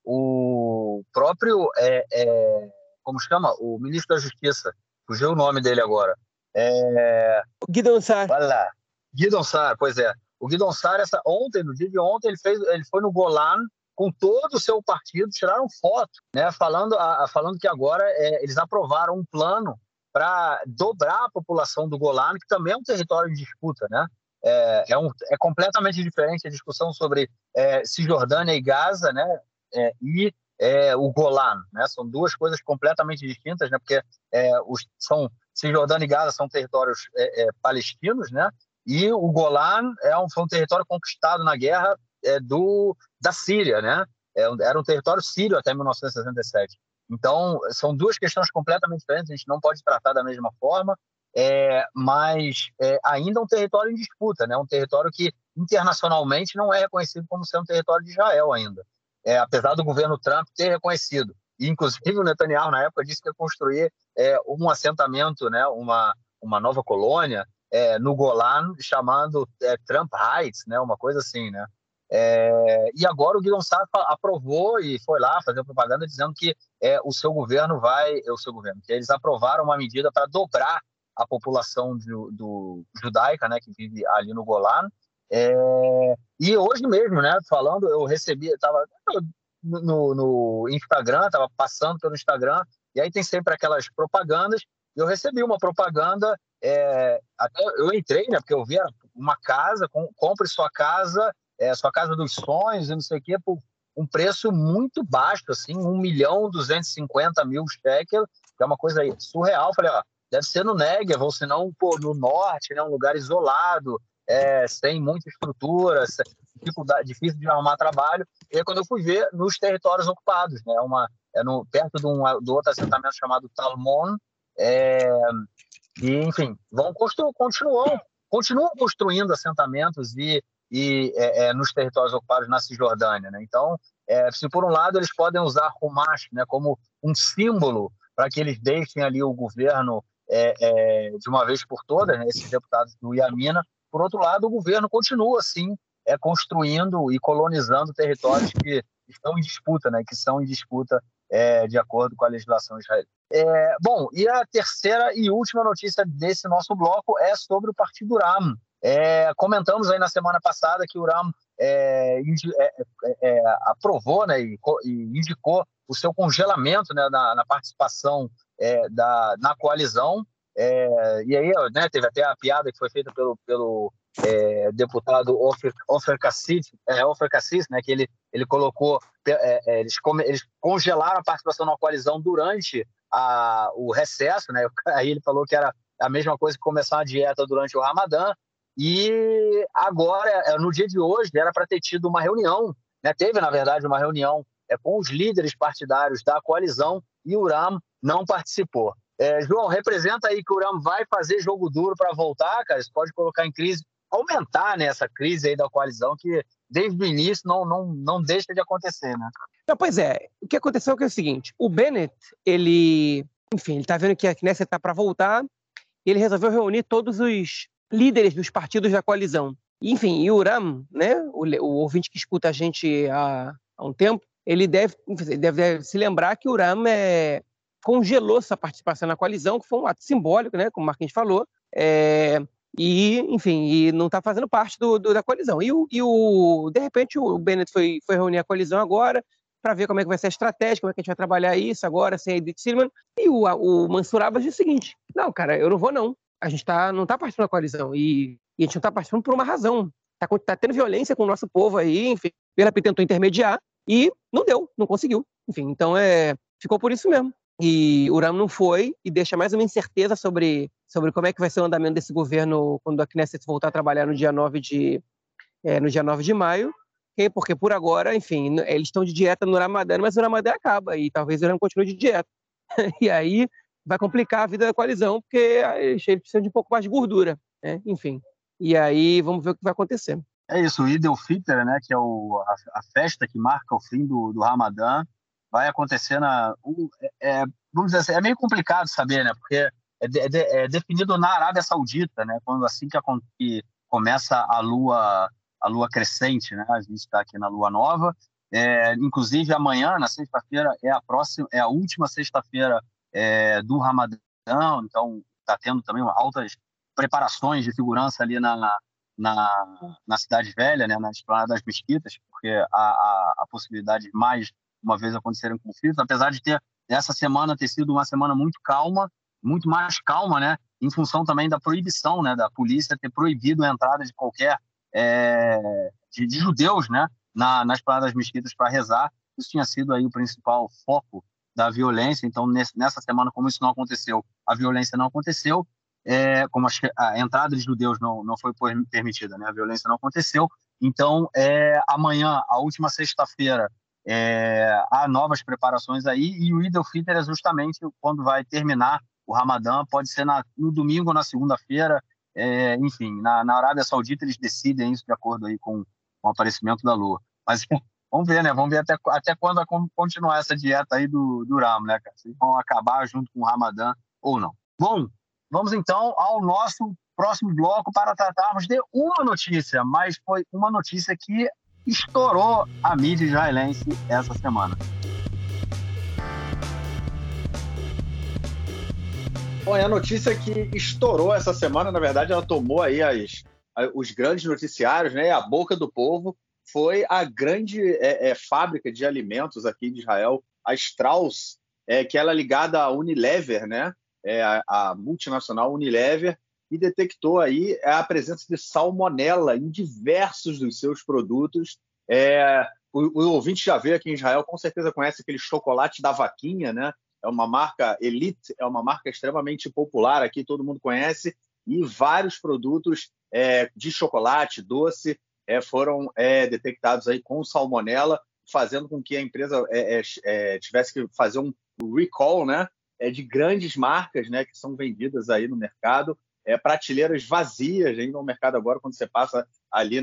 o próprio, como chama? O ministro da Justiça, fugiu o nome dele agora. Guidon Saar. Olha lá, Guidon Saar, pois é. O Guidon Saar, no dia de ontem, ele foi no Golan com todo o seu partido, tiraram foto, né, falando que agora eles aprovaram um plano para dobrar a população do Golan, que também é um território de disputa, né? É completamente diferente a discussão sobre Cisjordânia e Gaza, né? E o Golan, né? São duas coisas completamente distintas, né? Porque Cisjordânia e Gaza são territórios palestinos, né? E o Golan foi um território conquistado na guerra da Síria, né? Era um território sírio até 1967. Então, são duas questões completamente diferentes, a gente não pode tratar da mesma forma, mas ainda é um território em disputa, né? Um território que internacionalmente não é reconhecido como sendo um território de Israel ainda, apesar do governo Trump ter reconhecido. E, inclusive, o Netanyahu, na época, disse que ia construir um assentamento, né? Uma nova colônia no Golan, chamando Trump Heights, né? Uma coisa assim, né? E agora o Guidon Saar aprovou e foi lá fazer propaganda dizendo que que eles aprovaram uma medida para dobrar a população judaica, né, que vive ali no Golan. E hoje mesmo, né, falando, eu recebi, estava no Instagram, estava passando pelo Instagram, e aí tem sempre aquelas propagandas, e eu recebi uma propaganda, até eu entrei, né, porque eu vi uma casa, compre sua casa dos sonhos e não sei o quê, por um preço muito baixo, assim, 1.250.000 shekel, que é uma coisa surreal. Falei, deve ser no Negev, ou se não, no norte, né, um lugar isolado, sem muita estrutura, difícil de arrumar trabalho. E aí, quando eu fui ver, nos territórios ocupados, né, perto do outro assentamento chamado Talmon, e, enfim, continuam construindo assentamentos nos territórios ocupados na Cisjordânia, né? Então, se por um lado eles podem usar Humash, né, como um símbolo para que eles deixem ali o governo de uma vez por todas, né, esses deputados do Yamina, por outro lado o governo continua assim construindo e colonizando territórios que estão em disputa, né, que são em disputa de acordo com a legislação israelita. Bom, e a terceira e última notícia desse nosso bloco é sobre o Partido Ram. Comentamos aí na semana passada que o Ram aprovou, né, e indicou o seu congelamento, né, na participação na coalizão, e aí, né, teve até a piada que foi feita pelo deputado Ofer Cassis, né, que ele colocou, eles congelaram a participação na coalizão durante o recesso, né, aí ele falou que era a mesma coisa que começar uma dieta durante o Ramadã. E agora, no dia de hoje, era para ter tido uma reunião, né? Teve, na verdade, uma reunião com os líderes partidários da coalizão, e o Ram não participou. João, representa aí que o Ram vai fazer jogo duro para voltar, cara? Isso pode colocar em crise, aumentar, né, essa crise aí da coalizão, que desde o início não deixa de acontecer, né? Não, pois é, o que aconteceu é o seguinte, o Bennett, ele está vendo que a Knesset está para voltar, e ele resolveu reunir todos os líderes dos partidos da coalizão. Enfim, e o Ram, né, o ouvinte que escuta a gente há um tempo, ele deve se lembrar que o Ram congelou sua participação na coalizão, que foi um ato simbólico, né, como o Marquinhos falou, e não está fazendo parte da coalizão. De repente, o Bennett foi reunir a coalizão agora para ver como é que vai ser a estratégia, como é que a gente vai trabalhar isso agora, sem a Edith Silman, e o Mansur Abbas disse o seguinte, não, cara, eu não vou não. A gente não está participando da coalizão, e a gente não está participando por uma razão. Está tendo violência com o nosso povo aí, enfim, Pela tentou intermediar e não deu, não conseguiu. Enfim, então ficou por isso mesmo. E o Ram não foi e deixa mais uma incerteza sobre como é que vai ser o andamento desse governo quando a Knesset voltar a trabalhar no dia 9 de maio, porque por agora, enfim, eles estão de dieta no Ramadã, mas o Ramadã acaba e talvez o Ram continue de dieta. E aí vai complicar a vida da coalizão, porque eles precisam de um pouco mais de gordura, né? Enfim. E aí vamos ver o que vai acontecer. É isso, o Eid al-Fitr, né, que é a festa que marca o fim do Ramadã, vai acontecer vamos dizer assim, é meio complicado saber, né, porque é definido na Arábia Saudita, né, assim que começa a lua crescente, né, a gente está aqui na lua nova, Inclusive, amanhã, na sexta-feira, é a última sexta-feira do Ramadã, então está tendo também altas preparações de segurança ali na Cidade Velha, né, na Esplanada das Mesquitas, porque a possibilidade de mais uma vez acontecerem conflitos, apesar de essa semana ter sido uma semana muito calma, muito mais calma, né, em função também da proibição, né, da polícia ter proibido a entrada de qualquer de judeus, né, na Esplanada das Mesquitas para rezar. Isso tinha sido aí o principal foco da violência. Então, nessa semana, como isso não aconteceu, a violência não aconteceu, como a entrada de judeus não foi permitida, né, a violência não aconteceu. Então, amanhã, a última sexta-feira, há novas preparações aí, e o Eid al-Fitr é justamente quando vai terminar o Ramadã, pode ser no domingo ou na segunda-feira, enfim, na Arábia Saudita eles decidem isso de acordo aí com o aparecimento da Lua. Mas vamos ver, né? Vamos ver até quando vai continuar essa dieta aí do Ramo, né, cara? Se vão acabar junto com o Ramadã ou não. Bom, vamos então ao nosso próximo bloco para tratarmos de uma notícia, mas foi uma notícia que estourou a mídia israelense essa semana. Bom, a notícia que estourou essa semana, na verdade, ela tomou aí os grandes noticiários, né? A boca do povo foi a grande fábrica de alimentos aqui de Israel, a Strauss, que ela é ligada à Unilever, né? A multinacional Unilever, e detectou aí a presença de salmonela em diversos dos seus produtos. O ouvinte já veio aqui em Israel, com certeza conhece aquele chocolate da vaquinha, né? É uma marca Elite, é uma marca extremamente popular aqui, todo mundo conhece, e vários produtos de chocolate, doce, foram detectados aí com salmonela, fazendo com que a empresa tivesse que fazer um recall, né, de grandes marcas, né, que são vendidas aí no mercado, prateleiras vazias ainda no mercado agora, quando você passa ali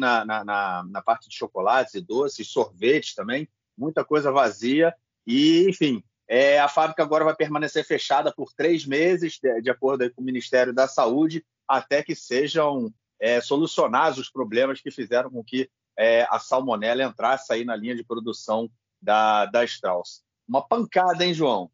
na parte de chocolates e doces, sorvetes também, muita coisa vazia, e enfim, a fábrica agora vai permanecer fechada por 3 meses, de acordo com o Ministério da Saúde, até que sejam solucionados os problemas que fizeram com que a salmonela entrasse aí na linha de produção da Strauss. Uma pancada, hein, João?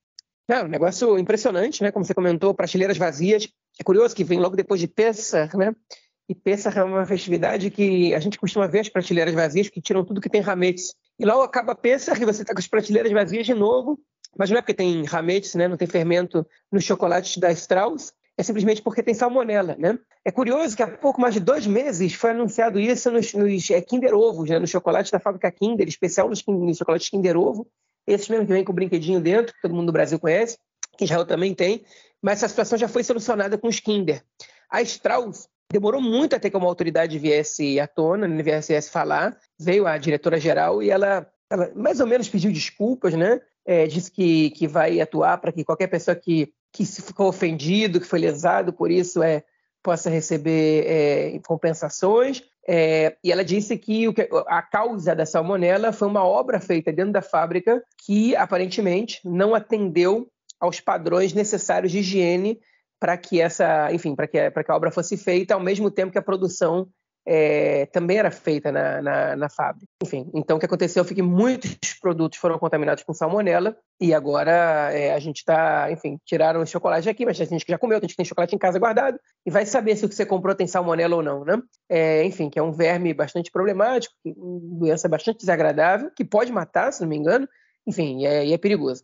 Um negócio impressionante, né? Como você comentou, prateleiras vazias. É curioso que vem logo depois de Pessah, né? E Pessah é uma festividade que a gente costuma ver as prateleiras vazias, que tiram tudo que tem hametz. E logo acaba Pessah e você está com as prateleiras vazias de novo. Mas não é porque tem hametz, né? Não tem fermento nos chocolates da Strauss. É simplesmente porque tem salmonela, né? É curioso que há pouco mais de 2 meses foi anunciado isso nos Kinder Ovos, né? No chocolate da fábrica Kinder, especial nos chocolates Kinder Ovo. Esses mesmo que vem com o brinquedinho dentro, que todo mundo do Brasil conhece, que Israel também tem. Mas essa situação já foi solucionada com os Kinder. A Strauss demorou muito até que uma autoridade viesse à tona, né? Viesse falar. Veio a diretora-geral e ela mais ou menos pediu desculpas, né? Disse que vai atuar para que qualquer pessoa que se ficou ofendido, que foi lesado por isso, possa receber compensações. E ela disse que a causa da salmonela foi uma obra feita dentro da fábrica que, aparentemente, não atendeu aos padrões necessários de higiene para que para que a obra fosse feita ao mesmo tempo que a produção também era feita na fábrica. Enfim, então o que aconteceu foi que muitos produtos foram contaminados com salmonela e agora a gente está, enfim, tiraram o chocolate aqui, mas a gente já comeu, a gente tem chocolate em casa guardado e vai saber se o que você comprou tem salmonela ou não, né? Enfim, que é um verme bastante problemático, uma doença bastante desagradável, que pode matar, se não me engano, enfim, e é perigoso.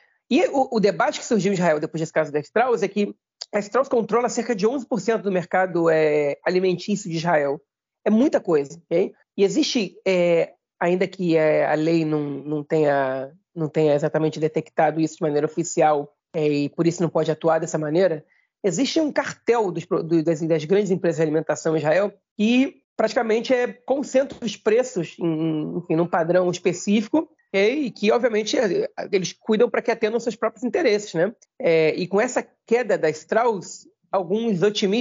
E o debate que surgiu em Israel depois desse caso da Strauss é que a Strauss controla cerca de 11% do mercado alimentício de Israel. É muita coisa, ok? E existe, ainda que a lei não tenha exatamente detectado isso de maneira oficial e por isso não pode atuar dessa maneira, existe um cartel das grandes empresas de alimentação em Israel que praticamente concentra os preços num padrão específico, e que, obviamente, eles cuidam para que atendam seus próprios interesses, né? E com essa queda da Strauss, alguns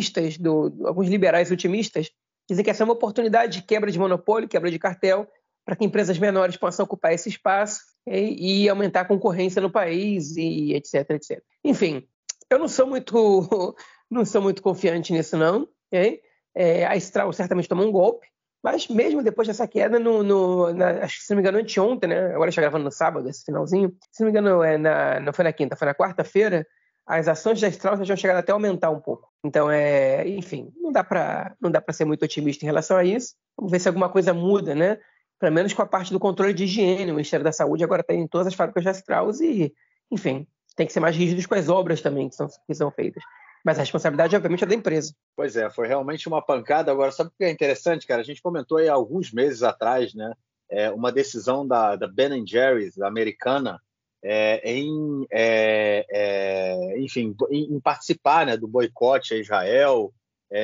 liberais otimistas, dizem que essa é uma oportunidade de quebra de monopólio, quebra de cartel, para que empresas menores possam ocupar esse espaço e aumentar a concorrência no país, e etc, etc. Enfim, eu não sou muito confiante nisso, não. Okay? A Strauss certamente tomou um golpe, Mas mesmo depois dessa queda, acho que, se não me engano, anteontem, né? Agora está gravando no sábado, esse finalzinho. Se não me engano, não foi na quinta, foi na quarta-feira. As ações da Strauss já tinham chegado até a aumentar um pouco. Então, enfim, não dá para ser muito otimista em relação a isso. Vamos ver se alguma coisa muda, né? Pelo menos com a parte do controle de higiene. O Ministério da Saúde agora tem em todas as fábricas da Strauss e, enfim, tem que ser mais rígidos com as obras também que são feitas. Mas a responsabilidade, obviamente, é da empresa. Pois é, foi realmente uma pancada. Agora, sabe o que é interessante, cara? A gente comentou aí há alguns meses atrás, né? Uma decisão da Ben & Jerry's, da americana, em participar, né, do boicote a Israel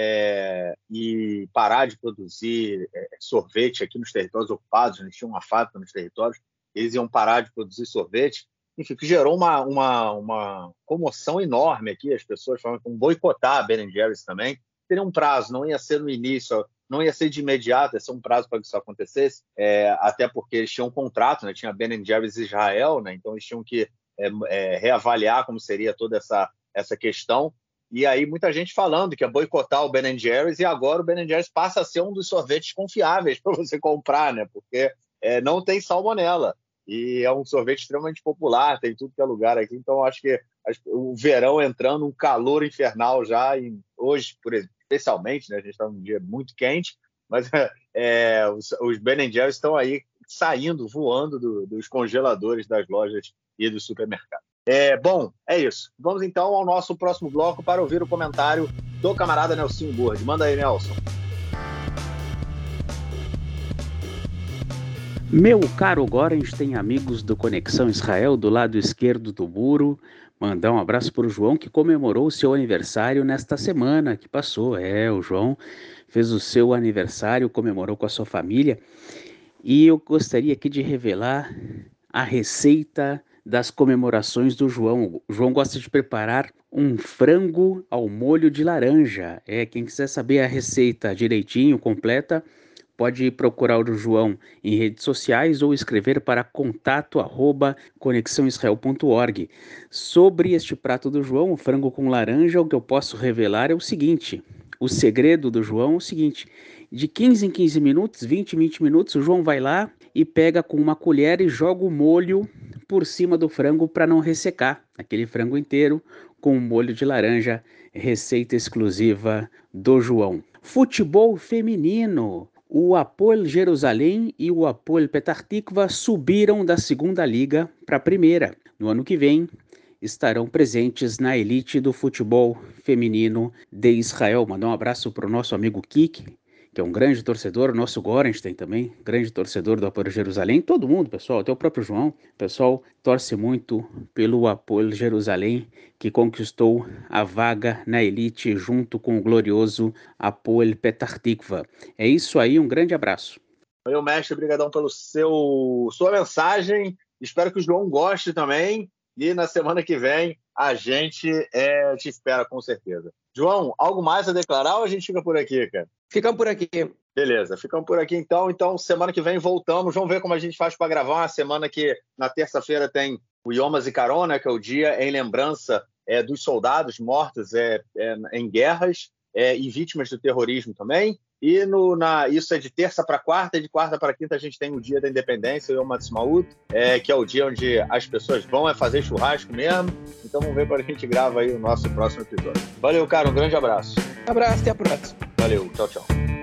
e parar de produzir sorvete aqui nos territórios ocupados. Eles tinham uma fábrica nos territórios, eles iam parar de produzir sorvete. Enfim, que gerou uma comoção enorme aqui. As pessoas falavam que iam boicotar a Ben & Jerry's também. Teria um prazo, não ia ser no início, não ia ser de imediato, ia ser um prazo para que isso acontecesse, até porque eles tinham um contrato, né? Tinha Ben & Jerry's Israel, né? Então eles tinham que reavaliar como seria toda essa questão. E aí muita gente falando que ia boicotar o Ben & Jerry's, e agora o Ben & Jerry's passa a ser um dos sorvetes confiáveis para você comprar, né? Porque não tem salmonela. E é um sorvete extremamente popular, tem tudo que é lugar aqui. Então, acho que o verão entrando, um calor infernal já. E hoje, especialmente, né, a gente está num dia muito quente, mas os Ben & Jerry's estão aí saindo, voando dos congeladores das lojas e dos supermercados. Bom, é isso. Vamos então ao nosso próximo bloco para ouvir o comentário do camarada Nelson Burd. Manda aí, Nelson. Meu caro Gorenstein, amigos do Conexão Israel, do lado esquerdo do muro, mandar um abraço para o João, que comemorou o seu aniversário nesta semana que passou. O João fez o seu aniversário, comemorou com a sua família, e eu gostaria aqui de revelar a receita das comemorações do João. O João gosta de preparar um frango ao molho de laranja. Quem quiser saber a receita direitinho, completa, pode procurar o João em redes sociais ou escrever para contato@conexãoisrael.org. Sobre este prato do João, o frango com laranja, o que eu posso revelar é o seguinte: o segredo do João é o seguinte: de 15 em 15 minutos, 20 em 20 minutos, o João vai lá e pega com uma colher e joga o molho por cima do frango para não ressecar. Aquele frango inteiro com molho de laranja, receita exclusiva do João. Futebol feminino. O Hapoel Jerusalém e o Hapoel Petah Tikva subiram da segunda liga para a primeira. No ano que vem, estarão presentes na elite do futebol feminino de Israel. Mandar um abraço para o nosso amigo Kik, que é um grande torcedor, o nosso Gorenstein também, grande torcedor do Hapoel Jerusalém. Todo mundo, pessoal, até o próprio João. O pessoal torce muito pelo Hapoel Jerusalém, que conquistou a vaga na elite junto com o glorioso Hapoel Petah Tikva. É isso aí, um grande abraço. Meu mestre, obrigadão pela sua mensagem. Espero que o João goste também. E na semana que vem a gente te espera com certeza. João, algo mais a declarar ou a gente fica por aqui, cara? Ficamos por aqui. Beleza, ficamos por aqui então. Então, semana que vem voltamos. Vamos ver como a gente faz para gravar. Uma semana que na terça-feira tem o Yom HaZikaron, né, que é o dia em lembrança dos soldados mortos em guerras e vítimas do terrorismo também. E isso é de terça para quarta, e de quarta para quinta a gente tem o dia da independência, o Yom Ha'atzmaut, que é o dia onde as pessoas vão fazer churrasco mesmo. Então vamos ver quando a gente grava aí o nosso próximo episódio. Valeu, cara, um grande abraço. Um abraço, até a próxima. Valeu, tchau, tchau.